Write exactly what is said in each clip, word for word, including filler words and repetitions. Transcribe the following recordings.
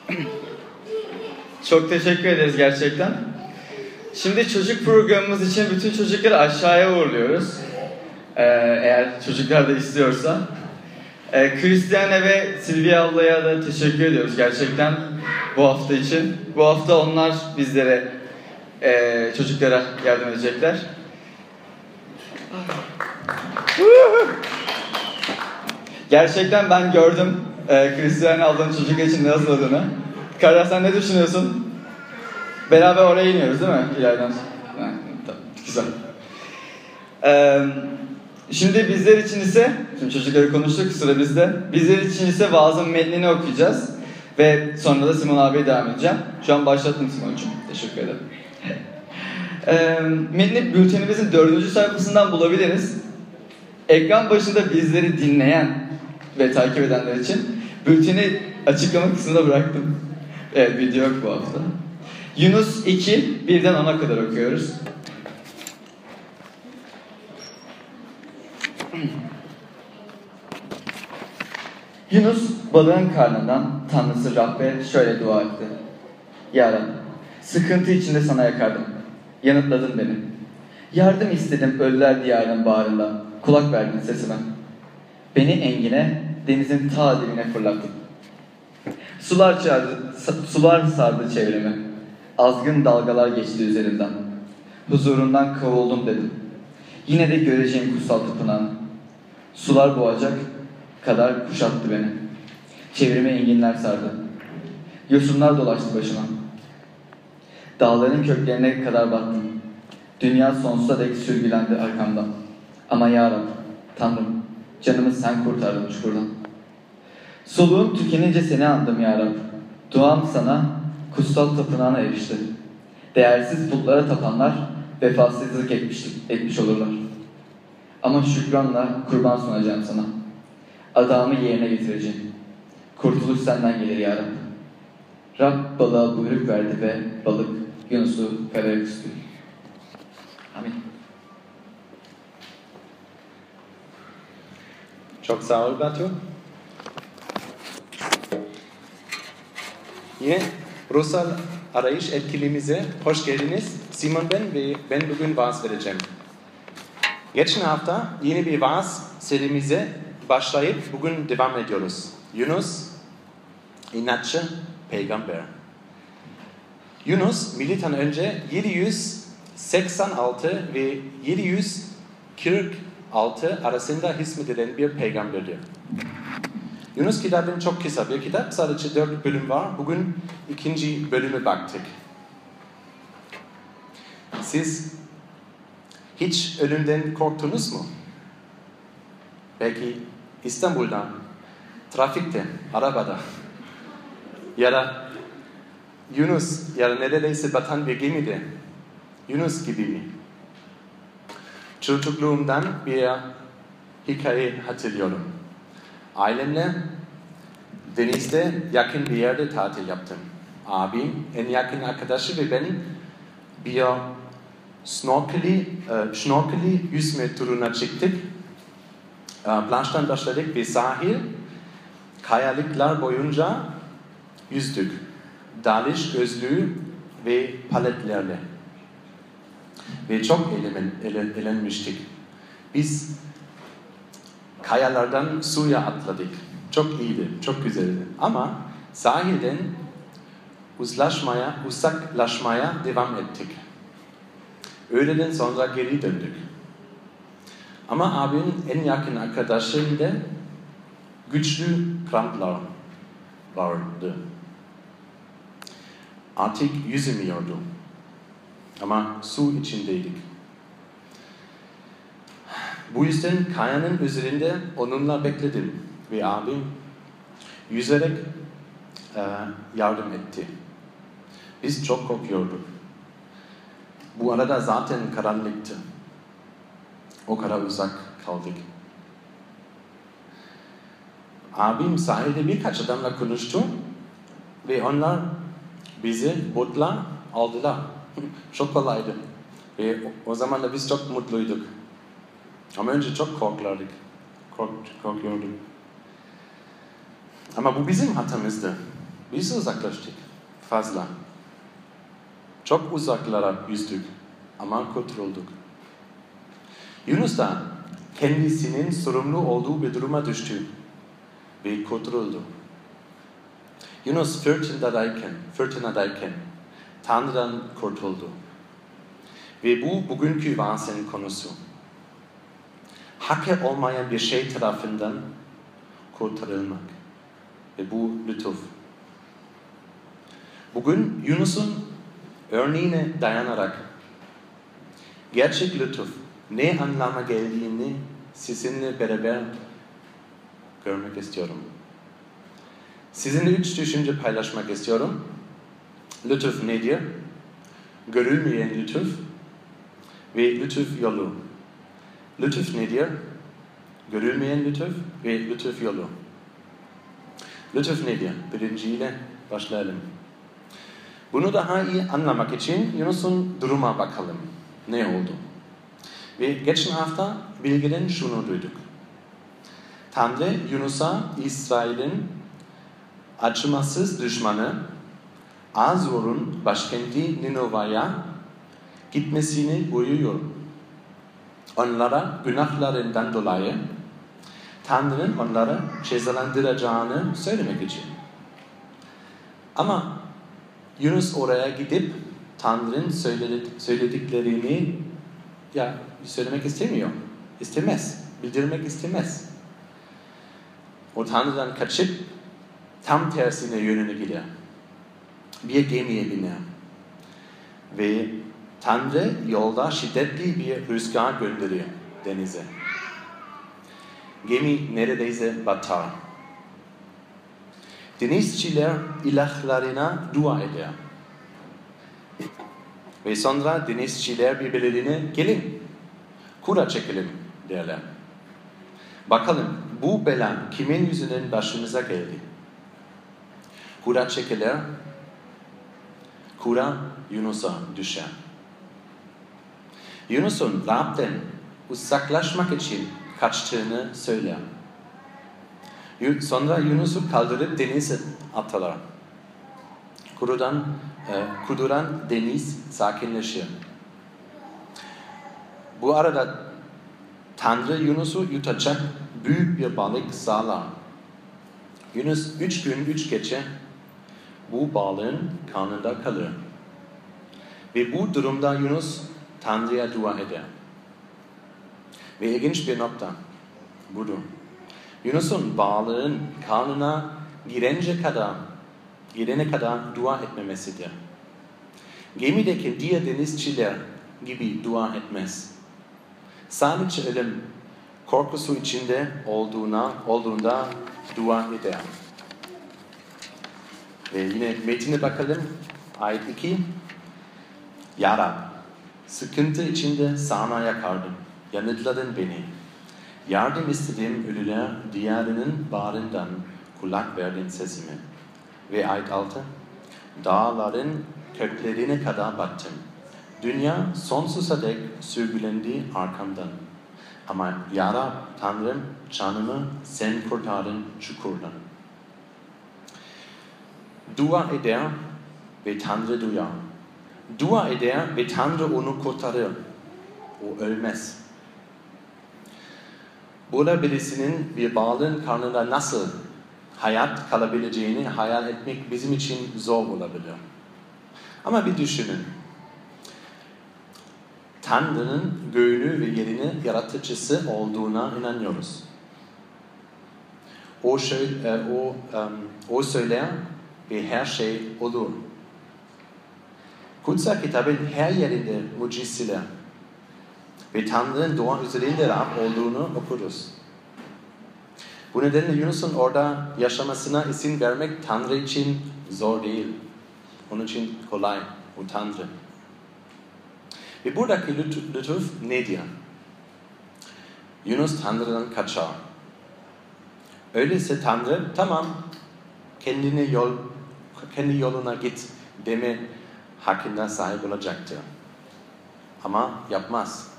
Çok teşekkür ederiz gerçekten. Şimdi çocuk programımız için bütün çocukları aşağıya uğurluyoruz. Ee, eğer çocuklar da istiyorsa. Ee, Christiane ve Silvia ablaya da teşekkür ediyoruz gerçekten bu hafta için. Bu hafta onlar bizlere, e, çocuklara yardım edecekler. Gerçekten ben gördüm e, Christiane ablanın çocuklar için ne hazırladığını. Kara, sen ne düşünüyorsun? Beraber oraya iniyoruz değil mi? İleriden. Ha, tamam, güzel. Ee, şimdi bizler için ise, şimdi çocukları konuştuk, sıra bizde. Bizler için ise vaazın metnini okuyacağız. Ve sonra da Simon abiye devam edeceğim. Şu an başlattım Simon'cum. Teşekkür ederim. Ee, metni bültenimizin dördüncü sayfasından bulabiliriz. Ekran başında bizleri dinleyen ve takip edenler için bülteni açıklama kısmına bıraktım. Evet, video yok bu hafta. Yunus iki, birden ona kadar okuyoruz. Yunus balığın karnından Tanrısı Rabbe şöyle dua etti. Ya Rabbi, sıkıntı içinde sana yakardım. Yanıtladın beni. Yardım istedim ölüler diyarının bağrında. Kulak verdin sesime. Beni engine, denizin ta dibine fırlattın. Sular çağırdı, sular sardı çevremi. Azgın dalgalar geçti üzerimden. Huzurundan kovuldum dedim. Yine de göreceğim kutsal tapınağını. Sular boğacak kadar kuşattı beni. Çevreme enginler sardı. Yosunlar dolaştı başıma. Dağların köklerine kadar battım. Dünya sonsuza dek sürgülendi arkamdan. Ama ya Rabbi, Tanrım, canımı sen kurtardın çukurdan. Soluğum tükenince seni andım ya Rabbi. Duam sana kutsal tapınağına erişti. Değersiz putlara tapanlar vefasızlık etmiş, etmiş olurlar. Ama şükranla kurban sunacağım sana. Adamı yerine getireceğim. Kurtuluş senden gelir ya Rabbi. Rab balığa buyruk verdi ve balık Yunus'u karaya küstü. Amin. Çok sağ ol Batu. Yine ruhsal arayış etkilimize hoş geldiniz. Simon ben ve ben bugün vaaz vereceğim. Geçen hafta yeni bir vaaz serimize başlayıp bugün devam ediyoruz. Yunus, inatçı peygamber. Yunus milattan önce yedi yüz seksen altı ve yedi yüz kırk altı arasında hizmet eden bir peygamberdir. Yunus kitabı çok kısa bir kitap. Sadece dört bölüm var. Bugün ikinci bölüme baktık. Siz hiç ölümden korktunuz mu? Belki İstanbul'da, trafikte, arabada ya da Yunus ya da neredeyse batan bir gemide Yunus gibi mi? Çocukluğumdan bir hikaye hatırlıyorum. Ailemle denizde yakın bir yerde tatil yaptım. Abim, en yakın arkadaşı ve ben bir snorkeli, snorkeli yüzme turuna çıktık. Planştan başladık ve sahil, kayalıklar boyunca yüzdük. Dalış gözlüğü ve paletlerle. Ve çok eğlenmiştik. Biz kayalardan suya atladık. Çok iyiydi, çok güzeldi. Ama sahilden uzlaşmaya, uzaklaşmaya devam ettik. Öğleden sonra geri döndük. Ama abimin en yakın arkadaşında güçlü kramplar vardı. Artık yüzemiyordu. Ama su içindeydik. Bu yüzden kayanın üzerinde onunla bekledim. Ve abim yüzerek e, yardım etti. Biz çok korkuyorduk. Bu arada zaten karanlıktı. O kadar uzak kaldık. Abim sahilde birkaç adamla konuştu ve onlar bizi botla aldılar. Çok kolaydı. Ve o zaman da biz çok mutluyduk. Ama önce çok korklardık. Kork, korkuyorduk. Ama bu bizim hatamızdı. Biz uzaklaştık. Fazla. Çok uzaklara yüzdük ama kurtulduk. Yunus da kendisinin sorumlu olduğu bir duruma düştü ve kurtuldu. Yunus fırtınadayken, fırtınadayken Tanrı'dan kurtuldu. Ve bu bugünkü vaazın konusu. Hakkı olmayan bir şey tarafından kurtarılmak. Ve bu lütuf. Bugün Yunus'un örneğine dayanarak gerçek lütuf ne anlama geldiğini sizinle beraber görmek istiyorum. Sizinle üç düşünce paylaşmak istiyorum. Lütuf nedir? Görülmeyen lütuf ve lütuf yolu. Lütuf nedir? Görülmeyen lütuf ve lütuf yolu. Lütuf nedir? Birinciyle başlayalım. Bunu daha iyi anlamak için Yunus'un duruma bakalım. Ne oldu? Ve geçen hafta bilgiden şunu duyduk. Tanrı Yunus'a İsrail'in acımasız düşmanı Azur'un başkenti Ninova'ya gitmesini buyuruyor. Onlara günahlarından dolayı Tanrı'nın onları cezalandıracağını söylemek için. Ama Yunus oraya gidip Tanrı'nın söylediklerini ya söylemek istemiyor. İstemez. Bildirmek istemez. O Tanrı'dan kaçıp tam tersine yönüne gider. Bir gemiye biner. Ve Tanrı yolda şiddetli bir rüzgar gönderiyor denize. Gemi neredeyse batar. Denizciler ilahlarına dua eder. Ve sonra denizciler birbirlerine gelin, kura çekelim derler. Bakalım bu bela kimin yüzünden başımıza geldi? Kura çekilir, kura Yunus'a düşer. Yunus'un Rab'den uzaklaşmak için kaçtığını söyler. Sonra Yunus'u kaldırıp denize atarlar. Kurudan, e, kuduran deniz sakinleşir. Bu arada Tanrı Yunus'u yutacak büyük bir balık sağlar. Yunus üç gün üç gece bu balığın karnında kalır. Ve bu durumda Yunus Tanrı'ya dua eder. Ve ilginç bir nokta budur. Yunus'un balığın karnına girence kadar, girene kadar dua etmemesidir. Gemideki diğer denizciler gibi dua etmez. Sadece ölüm korkusu içinde olduğuna, olduğunda dua eder. Ve yine metine bakalım. Ayet iki. Ya Rab, sıkıntı içinde sana yakardım. Yanıtladın beni. Yardım istedim ölüler diyarının bağrından kulak verdin sesime. Ve ayet altı. Dağların köklerine kadar battım. Dünya sonsuza dek sürgülendi arkamdan. Ama Ya Rab, Tanrım, canımı sen kurtardın çukurdan. Dua eder ve Tanrı duyar. Dua eder ve Tanrı onu kurtarır. O ölmez. Burada birisinin bir balığın karnında nasıl hayat kalabileceğini hayal etmek bizim için zor olabilir. Ama bir düşünün. Tanrı'nın göğünü ve yerini yaratıcısı olduğuna inanıyoruz. O, şöyle, o, um, o söyler ve her şey olur. Kutsal kitabın her yerinde mucizeler ve Tanrı'nın doğa üzerinde Rab olduğunu okuruz. Bu nedenle Yunus'un orada yaşamasına izin vermek Tanrı için zor değil. Onun için kolay. O Tanrı. Ve buradaki lütuf nedir? Yunus Tanrı'dan kaçar. Öyleyse Tanrı tamam kendine yol, kendi yoluna git deme hakkında sahip olacaktır. Ama yapmaz.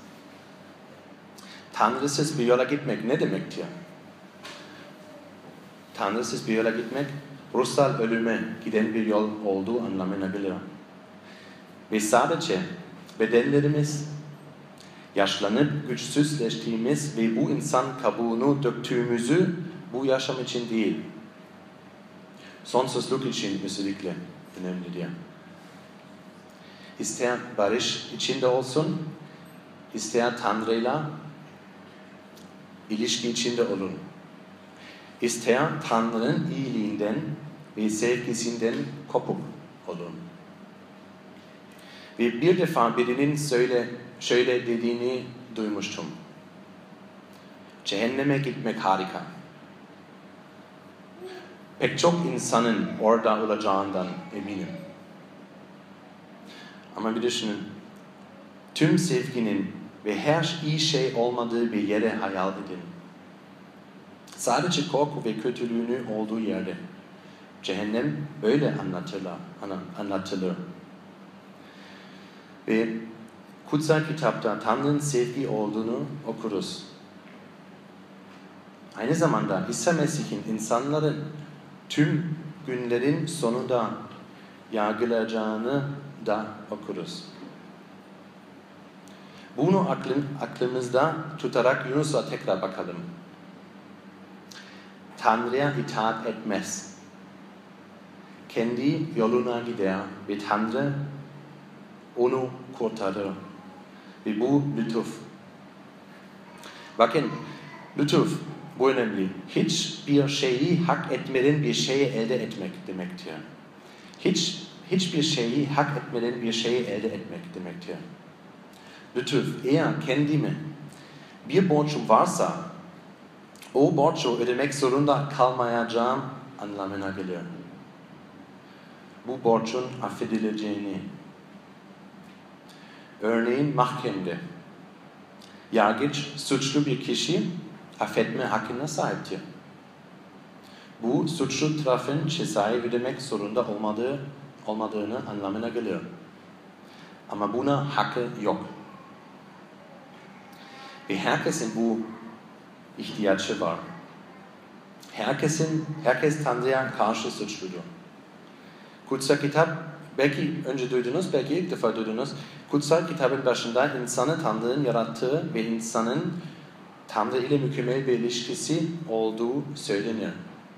Tanrısız bir yola gitmek ne demektir? Tanrısız bir yola gitmek ruhsal ölüme giden bir yol olduğu anlamına gelir. Ve sadece bedenlerimiz, yaşlanıp güçsüzleştiğimiz ve bu insan kabuğunu döktüğümüzü bu yaşam için değil, sonsuzluk için özellikle önemlidir. İster barış içinde olsun, ister Tanrı'yla ilişki içinde olun. İster Tanrı'nın iyiliğinden ve sevgisinden kopuk olun. Ve bir defa birinin söyle, şöyle dediğini duymuştum. Cehenneme gitmek harika. Pek çok insanın orada olacağından eminim. Ama bir düşünün, tüm sevginin ve her iyi şey olmadığı bir yere hayal edin. Sadece korku ve kötülüğünü olduğu yerde. Cehennem böyle anlatılır. anlatılır. Ve kutsal kitapta Tanrı'nın sevgi olduğunu okuruz. Aynı zamanda İsa Mesih'in insanların tüm günlerin sonunda yargılayacağını da okuruz. Bunu aklım, aklımızda tutarak Yunus'a tekrar bakalım. Tanrı'ya itaat etmez. Kendi yoluna gider ve Tanrı onu kurtarır. Ve bu lütuf. Bakın, lütuf bu önemli. Hiçbir şeyi hak etmeden bir şeyi elde etmek demektir. Hiç, hiçbir şeyi hak etmeden bir şeyi elde etmek demektir. Lütuf, eğer kendime bir borcum varsa, o borcu ödemek zorunda kalmayacağım anlamına gelir. Bu borcun affedileceğini. Örneğin mahkemede. Yargıç suçlu bir kişi affetme hakkına sahiptir. Bu suçlu tarafın cezayı ödemek zorunda olmadığı, olmadığını anlamına gelir. Ama buna hakkı yok. Ve herkesin bu ihtiyacı var. Herkesin, herkes Tanrı'ya karşı suçludur. Kutsal kitap, belki önce duydunuz, belki ilk defa duydunuz. Kutsal kitabın başında insanı Tanrı'nın yarattığı ve insanın Tanrı ile mükemmel bir ilişkisi olduğu söylenir.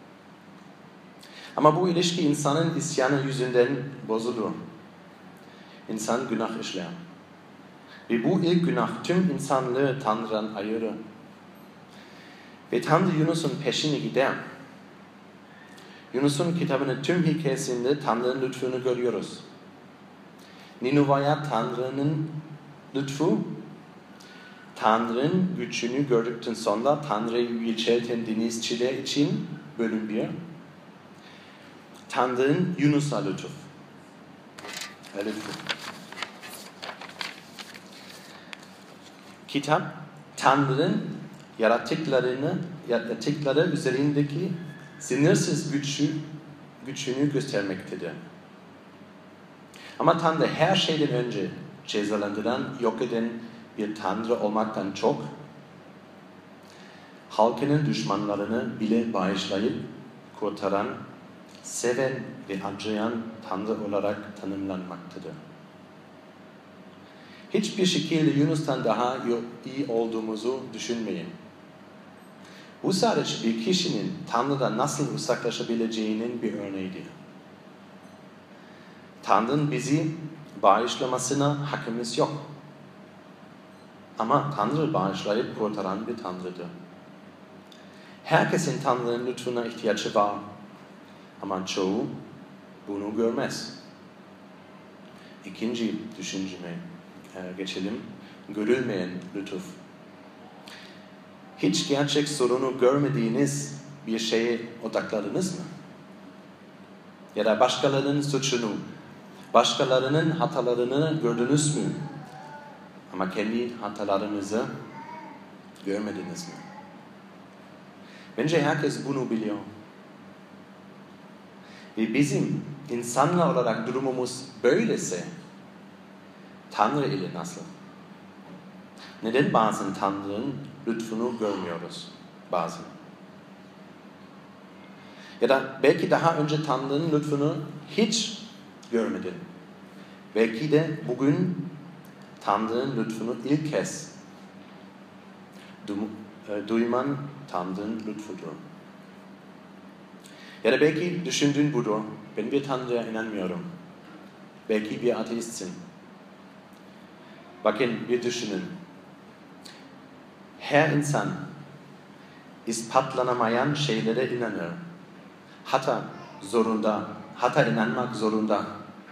Ama bu ilişki insanın isyanı yüzünden bozulur. İnsan günah işler. Ve bu ilk günah tüm insanlığı Tanrı'dan ayırır. Ve Tanrı Yunus'un peşine gider. Yunus'un kitabının tüm hikayesinde Tanrı'nın lütfunu görüyoruz. Ninuva'ya Tanrı'nın lütfu, Tanrı'nın gücünü gördükten sonra Tanrı'yı yücelten denizciler için bölüm bir. Tanrı'nın Yunus'a lütuf. Lütfu. Kitap, Tanrı'nın yaratıklarını, yaratıkları üzerindeki sınırsız gücü, gücünü göstermektedir. Ama Tanrı her şeyden önce cezalandıran, yok eden bir Tanrı olmaktan çok, halkının düşmanlarını bile bağışlayıp kurtaran, seven ve acıyan Tanrı olarak tanımlanmaktadır. Hiçbir şekilde Yunus'tan daha iyi olduğumuzu düşünmeyin. Bu sadece bir kişinin Tanrı'dan nasıl uzaklaşabileceğinin bir örneğidir. Tanrı'nın bizi bağışlamasına hakkımız yok. Ama Tanrı bağışlayıp kurtaran bir Tanrı'dır. Herkesin Tanrı'nın lütfuna ihtiyacı var. Ama çoğu bunu görmez. İkinci düşünceme geçelim. Görülmeyen lütuf. Hiç gerçek sorunu görmediğiniz bir şeye odakladınız mı? Ya da başkalarının suçunu, başkalarının hatalarını gördünüz mü? Ama kendi hatalarınızı görmediniz mi? Bence herkes bunu biliyor. Ve bizim insanlar olarak durumumuz böylese Tanrı ile nasıl? Neden bazen Tanrı'nın lütfunu görmüyoruz? Bazen. Ya da belki daha önce Tanrı'nın lütfunu hiç görmedin. Belki de bugün Tanrı'nın lütfunu ilk kez duyman Tanrı'nın lütfudur. Ya da belki düşündüğün budur. Ben bir Tanrı'ya inanmıyorum. Belki bir ateistsin. Bakın bir düşünün. Her insan ispatlanamayan şeylere inanır. Hatta zorunda, hatta inanmak zorunda.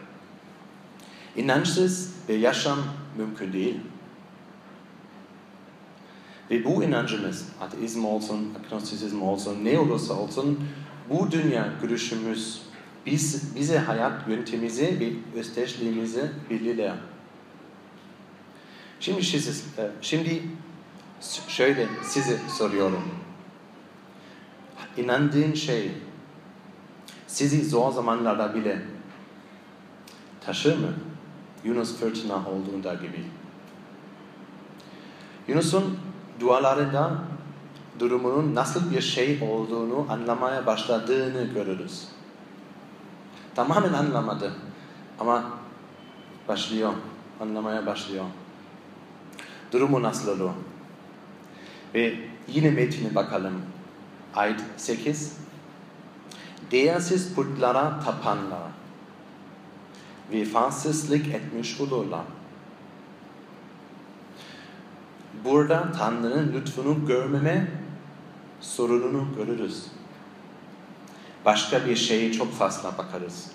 İnançsız bir yaşam mümkün değil. Ve bu inancımız, ateizm olsun, agnostisizm olsun, ne olursa olsun, bu dünya görüşümüz biz, bize hayat yöntemimizi ve özdeşliğimizi belirler. Şimdi, size, şimdi şöyle size soruyorum. İnandığın şey sizi zor zamanlarda bile taşır mı? Yunus fırtına olduğunda gibi. Yunus'un dualarında durumunun nasıl bir şey olduğunu anlamaya başladığını görürüz. Tamamen anlamadı ama başlıyor, anlamaya başlıyor. Durumu nasıl olur? Ve yine metine bakalım. Ayet sekiz. Değersiz putlara tapanlar vefasızlık etmiş olurlar. Burada Tanrı'nın lütfunu görmeme sorununu görürüz. Başka bir şeye çok fazla bakarız.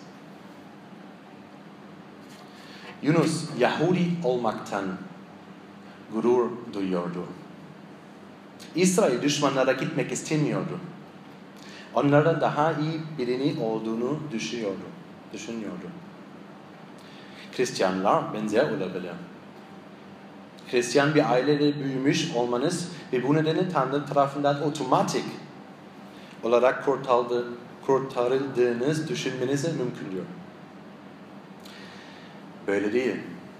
Yunus Yahudi olmaktan gurur duyuyordu. İsrail düşmanlara gitmek istemiyordu. Onlara daha iyi birini olduğunu düşünüyordu. düşünüyordu. Hristiyanlar benzer olabilir. Hristiyan bir ailede büyümüş olmanız ve bu nedenle Tanrı tarafından otomatik olarak kurtarıldı, kurtarıldığınız düşünmeniz mümkündür. Böyle değil.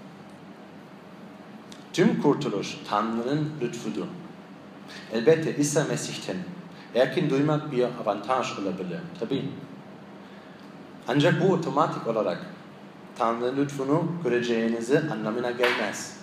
Tüm kurtuluş Tanrı'nın lütfudur. Elbette İsa Mesih'ten erken duymak bir avantaj olabilir. Tabii. Ancak bu otomatik olarak Tanrı'nın lütfunu göreceğinizi anlamına gelmez.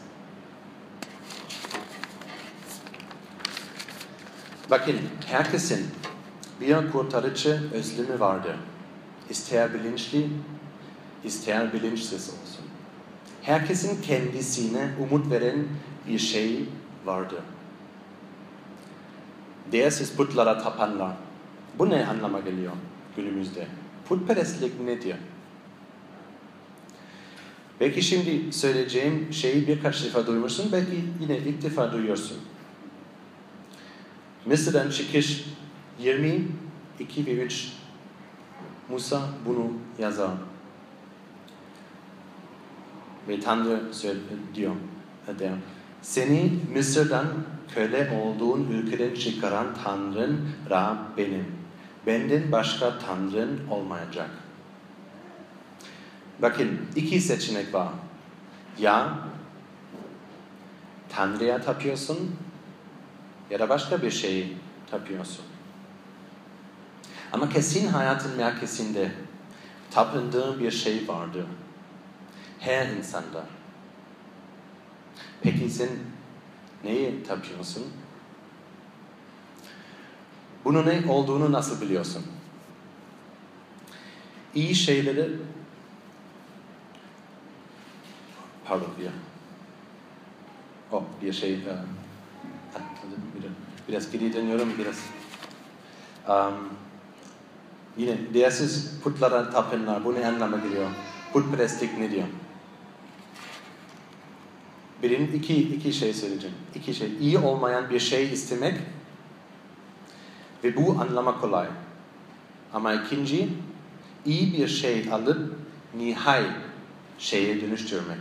Bakın, herkesin bir kurtarıcı özlemi vardır. İster bilinçli, ister bilinçsiz olsun. Herkesin kendisine umut veren bir şey vardır. Değersiz putlara tapanlar. Bu ne anlama geliyor günümüzde? Putperestlik nedir? Belki şimdi söyleyeceğim şeyi birkaç defa duymuşsun, belki yine ilk defa duyuyorsun. Mısır'dan çıkış yirmi iki ve üç Musa bunu yazar. Ve Tanrı diyor, der, seni Mısır'dan köle olduğun ülkeden çıkaran Tanrın Rab benim. Benden başka Tanrın olmayacak. Bakın iki seçenek var. Ya Tanrı'ya tapıyorsun ya da başka bir şey tapıyorsun. Ama kesin hayatın merkezinde tapındığın bir şey vardır. Her insanda. Peki sen neyi tapıyorsun? Bunun ne olduğunu nasıl biliyorsun? İyi şeyleri pardon bir oh, bir şey uh, biraz geri dönüyorum biraz um, yine değersiz putlara tapınlar bu ne anlama geliyor? Putperestlik ne diyor? Birin iki, iki şey söyleyeceğim. İki şey. İyi olmayan bir şey istemek ve bu anlama kolay. Ama ikinci, iyi bir şey alıp nihai şeye dönüştürmek.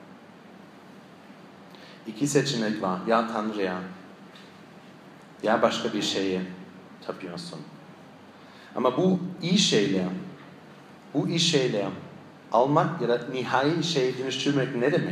İki seçenek var. Ya Tanrı'ya ya başka bir şeye tapıyorsun. Ama bu iyi şeyler, bu iyi şeyler almak ya da nihai şeye dönüştürmek ne demek?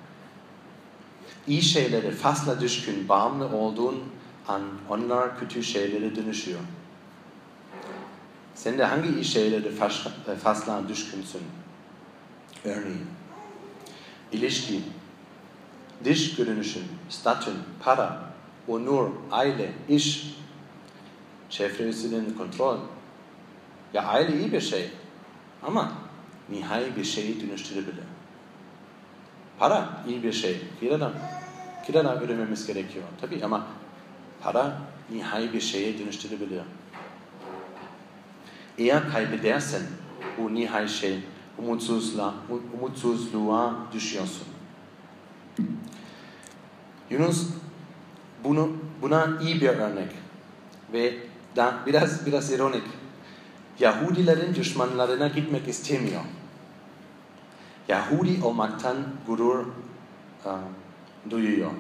İyi şeylere fazla düşkün, bağımlı olduğun an onlar kötü şeylere dönüşüyor. Sen de hangi iyi şeyleri fazla düşkünsün? Örneğin, ilişki, dış görünüşün, statün, para, onur, aile, iş, çevresinin kontrol. Ya aile iyi bir şey ama nihai bir şeyi dönüştürebilir. Para iyi bir şey. Kiradan, kiradan ödememiz gerekiyor. Tabii ama para nihai bir şeye dönüştürebilir. Eğer kaybedersen bu nihai şey umutsuzluğa, umutsuzluğa düşüyorsun. Yunus bunu, buna iyi bir örnek ve da biraz biraz ironik. Yahudilerin düşmanlarına gitmek istemiyor. Yahudi olmaktan gurur uh, duyuyor.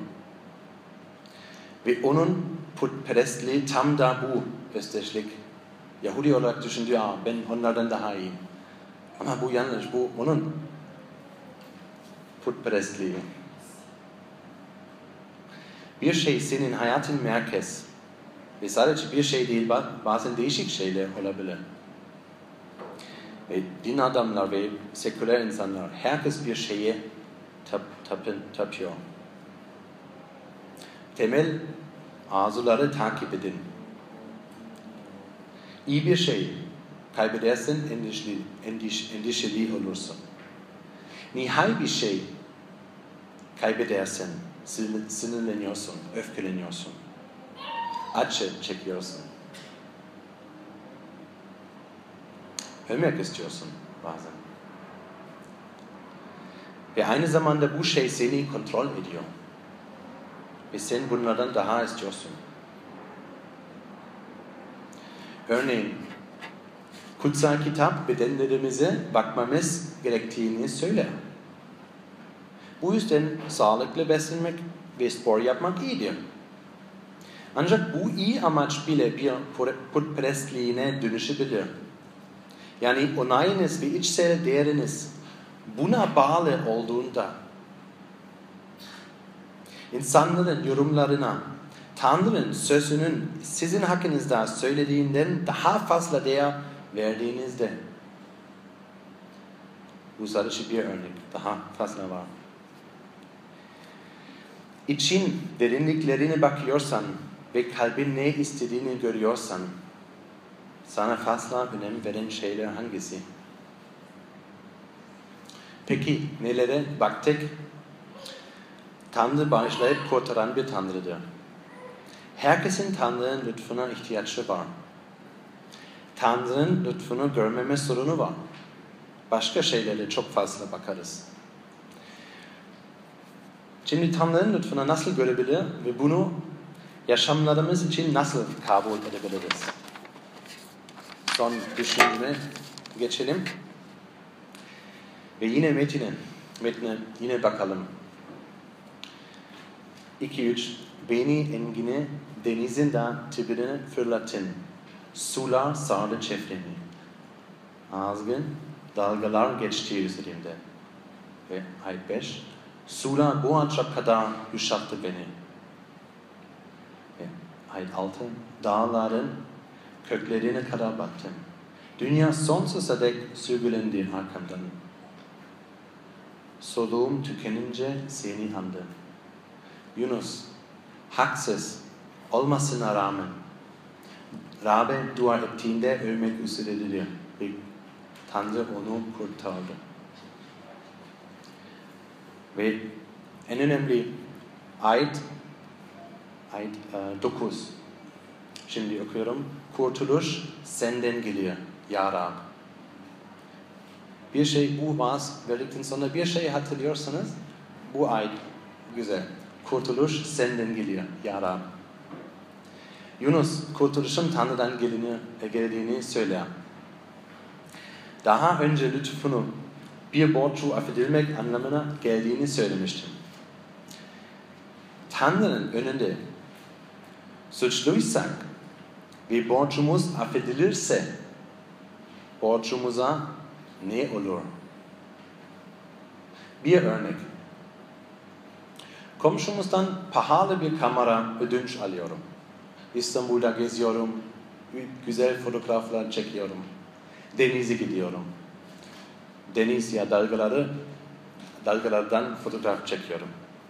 Ve onun putperestliği tam da bu östeşlik. Yahudi olarak düşünüyor, ben onlardan daha iyi. Ama bu yanlış, bu onun putperestliği. Bir şey senin hayatın merkez. Ve sadece bir şey değil, bazen değişik şeyler olabilir. Ve din adamlar ve seküler insanlar, herkes bir şeye tap, tapın, tapıyor. Temel arzuları takip edin. İyi bir şey kaybedersen endişeli, endiş, endişeli olursun. Nihai bir şey kaybedersen sinirleniyorsun, öfkeleniyorsun. Acı çekiyorsun. Ölmek istiyorsun bazen. Ve aynı zamanda bu şey seni kontrol ediyor. Ve sen bunlardan daha istiyorsun. Örneğin, kutsal kitap bedenlerimize bakmamız gerektiğini söyler. Bu yüzden sağlıklı beslenmek ve spor yapmak iyidir. Ancak bu iyi amaç bile bir putperestliğine dönüşebilir. Yani onayınız ve içsel değeriniz buna bağlı olduğunda insanların yorumlarına Tanrı'nın sözünün sizin hakkınızda söylediğinden daha fazla değer verdiğinizde bu sadece bir örnek, daha fazla var. İçin derinliklerine bakıyorsan ve kalbin ne istediğini görüyorsan sana fazla önem veren şeyler hangisi? Peki nelere baktık? Tanrı bağışlayıp kurtaran bir Tanrı'dır. Herkesin Tanrı'nın lütfuna ihtiyacı var. Tanrı'nın lütfunu görmeme sorunu var. Başka şeylere çok fazla bakarız. Şimdi Tanrı'nın lütfuna nasıl görebilir ve bunu yaşamlarımız için nasıl kabul edebiliriz? Son düşünceme geçelim. Ve yine metine, metne yine bakalım. iki üç Beni engine denizinden dibine fırlatın. Sular sardı çevremi. Azgın dalgalar geçti üzerimde. Ve ayet beş Sular boğacak kadar yuşattı beni. Ve ayet altı Dağların köklerine kadar baktım. Dünya sonsuza dek sürgülendi arkamdan. Soluğum tükenince seni andım. Yunus, haksız olmasına rağmen Rab'be dua ettiğinde ölmek üzereydi ve Tanrı onu kurtardı. Ve en önemli ayet, ayet dokuz. Şimdi okuyorum. Kurtuluş senden geliyor, ya Rab. Bir şey bu vaaz verdikten sonra bir şey hatırlıyorsanız bu ayet güzel. Kurtuluş senden geliyor, ya Rab. Yunus, kurtuluşun Tanrı'dan geldiğini, geldiğini söyler. Daha önce lütfunu bir borcu affedilmek anlamına geldiğini söylemiştim. Tanrı'nın önünde suçluysak ve borcumuz affedilirse borcumuza ne olur? Bir örnek. Komşumuzdan pahalı bir kamera ödünç alıyorum. İstanbul'da geziyorum. güzel fotoğraflar çekiyorum. Denize gidiyorum. Deniz ya dalgaları, dalgalardan fotoğraf çekiyorum.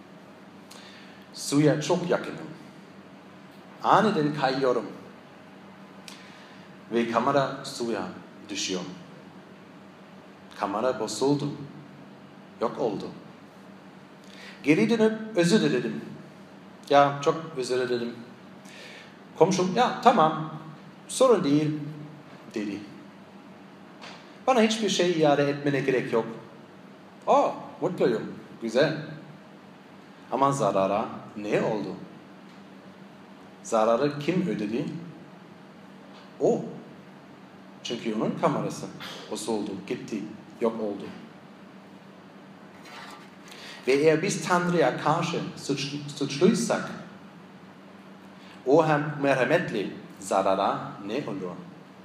Suya çok yakınım. Aniden kayıyorum. Ve kamera suya düşüyor. Kamera bozuldu. Yok oldu. Geri dönüp özür diledim. Ya çok özür diledim. Komşum ya tamam sorun değil dedi. Bana hiçbir şey iade etmene gerek yok. Aa mutluyum. Güzel. Ama zarara ne oldu? Zararı kim ödedi? O. Çünkü onun kamerası bozuldu, gitti, yok oldu. Ve eğer biz Tanrı'ya karşı suç, suçluysak, o hem merhametli, zarara ne olur?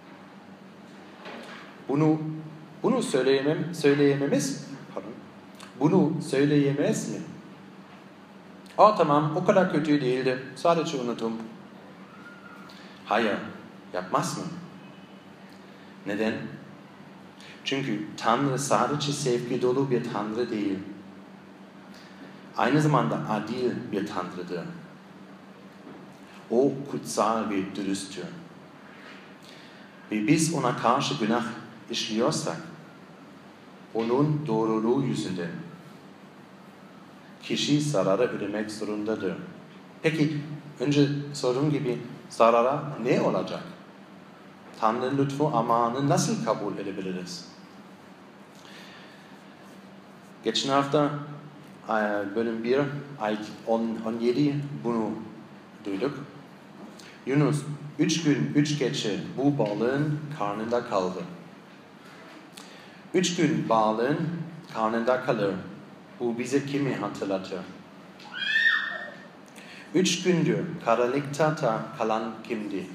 Bunu bunu söyleyemem, söyleyememiz, pardon, bunu söyleyemez mi? Aa tamam, o kadar kötü değildi, sadece unuttum. Hayır, yapmaz mı? Neden? Çünkü Tanrı sadece sevgi dolu bir Tanrı değil. Aynı zamanda adil bir Tanrı'dır. O kutsal ve dürüsttür. Ve biz ona karşı günah işliyorsak, onun doğruluğu yüzünden kişi zararı ödemek zorundadır. Peki, önce sorduğum gibi zarara ne olacak? Tanrı'nın lütfu amanı nasıl kabul edebiliriz? Geçen hafta bölüm bir, ayet on yedi bunu duyduk. Yunus üç gün, üç gece bu balığın karnında kaldı. Üç gün balığın karnında kalır. Bu bize kimi hatırlatır? Üç gündür karanlıkta kalan kimdi?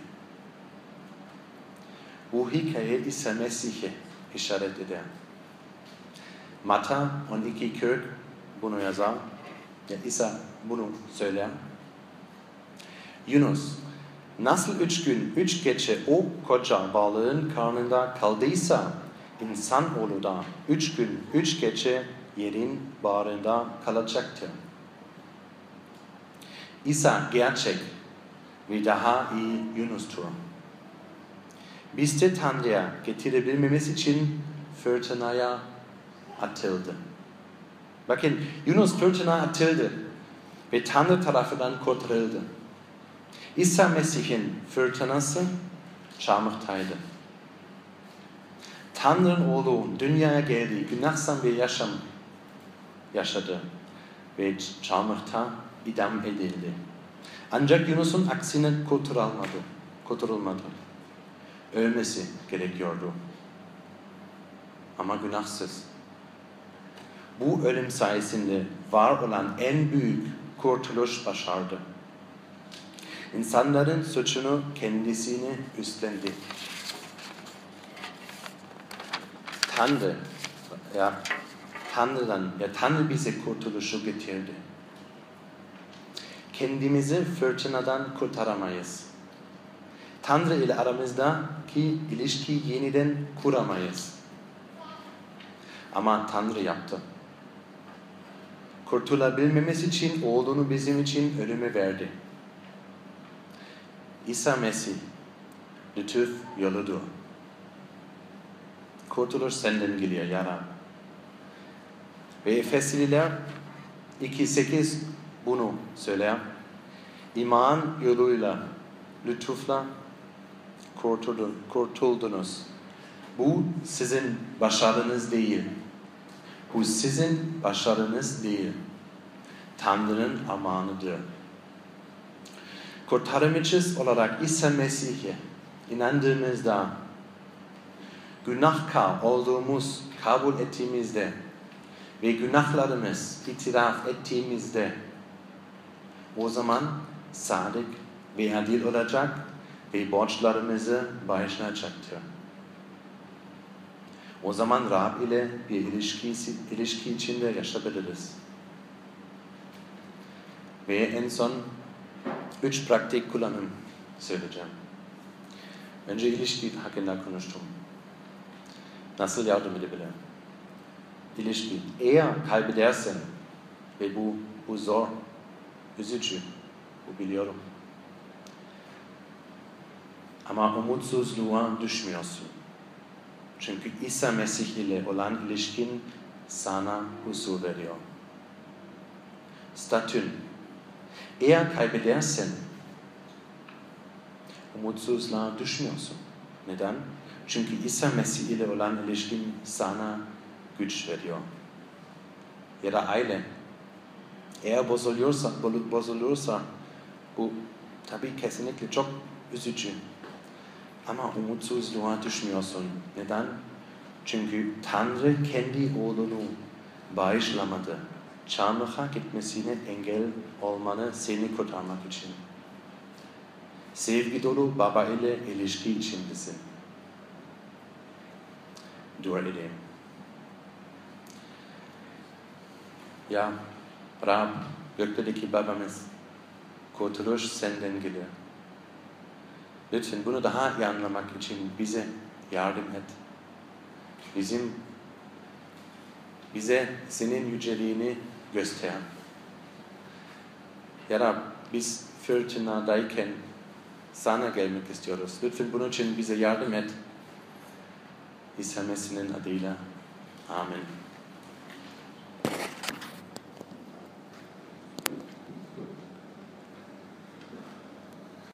Bu hikaye ise Mesih'e işaret eder. Matta on iki kırk bunu yazar. Ya İsa bunu söyler. Yunus nasıl üç gün, üç gece o koca balığın karnında kaldıysa insanoğlu da üç gün, üç gece yerin bağrında kalacaktır. İsa gerçek ve daha iyi Yunus'tur. Biz de Tanrı'ya getirebilmemiz için fırtınaya atıldı. Bakın Yunus fırtınaya atıldı ve Tanrı tarafından kurtarıldı. İsa Mesih'in fırtınası çarmıhtaydı. Tanrı'nın oğlu dünyaya geldi, günahsız bir yaşam yaşadı ve çarmıhta idam edildi. Ancak Yunus'un aksine kurtarılmadı. kurtarılmadı. Ölmesi gerekiyordu. Ama günahsız. Bu ölüm sayesinde var olan en büyük kurtuluş başardı. İnsanların suçunu kendisine üstlendi. Tanrı, ya Tanrı'dan, ya Tanrı bize kurtuluşu getirdi. Kendimizi fırtınadan kurtaramayız. Tanrı ile aramızdaki ilişki yeniden kuramayız. Ama Tanrı yaptı. Kurtulabilmemiz için oğlunu bizim için ölüme verdi. İsa Mesih, lütuf yoludur. Kurtuluş senden geliyor ya Rab. Ve Efesliler iki sekiz bunu söyler. İman yoluyla, lütufla kurtuldunuz. Bu sizin başarınız değil. Bu sizin başarınız değil. Tanrı'nın amanıdır. Kurtarımcımız olarak İsa Mesih'e inandığımızda, günahkar olduğumuz kabul ettiğimizde ve günahlarımız itiraf ettiğimizde o zaman sadık ve adil olacak ve borçlarımızı bağışlayacaktır. O zaman Rab ile bir ilişki, ilişki içinde yaşayabiliriz. Ve en son üç pratik kullanım söyleyeceğim. Önce ilişki hakkında konuştum. Nasıl yardım edebilirim? İlişki. Eğer kaybedersen ve bu, bu zor, üzücü, bu biliyorum. Ama umutsuzluğa düşmüyorsun. Çünkü İsa Mesih ile olan ilişkin sana huzur veriyor. Statün. Eğer kaybedersen umutsuzluğa düşmüyorsun. Neden? Çünkü İsa Mesih ile olan ilişkin sana güç veriyor. Ya da aile. Eğer bozuluyorsa, bozulursa bu tabii kesinlikle çok üzücü. Ama umutsuzluğa düşmüyorsun. Neden? Çünkü Tanrı kendi oğlunu bağışlamadı. Çarmıha gitmesine engel olmanı seni kurtarmak için. Sevgi dolu baba ile ilişki içindesin. Dua edeyim. Ya Rab, gökteki babamız, kurtuluş senden gelir. Lütfen bunu daha iyi anlamak için bize yardım et. Bizim, bize senin yüceliğini göster. Ya Rab, biz fırtınadayken sana gelmek istiyoruz. Lütfen bunun için bize yardım et. İsa Mesih'in adıyla. Amin.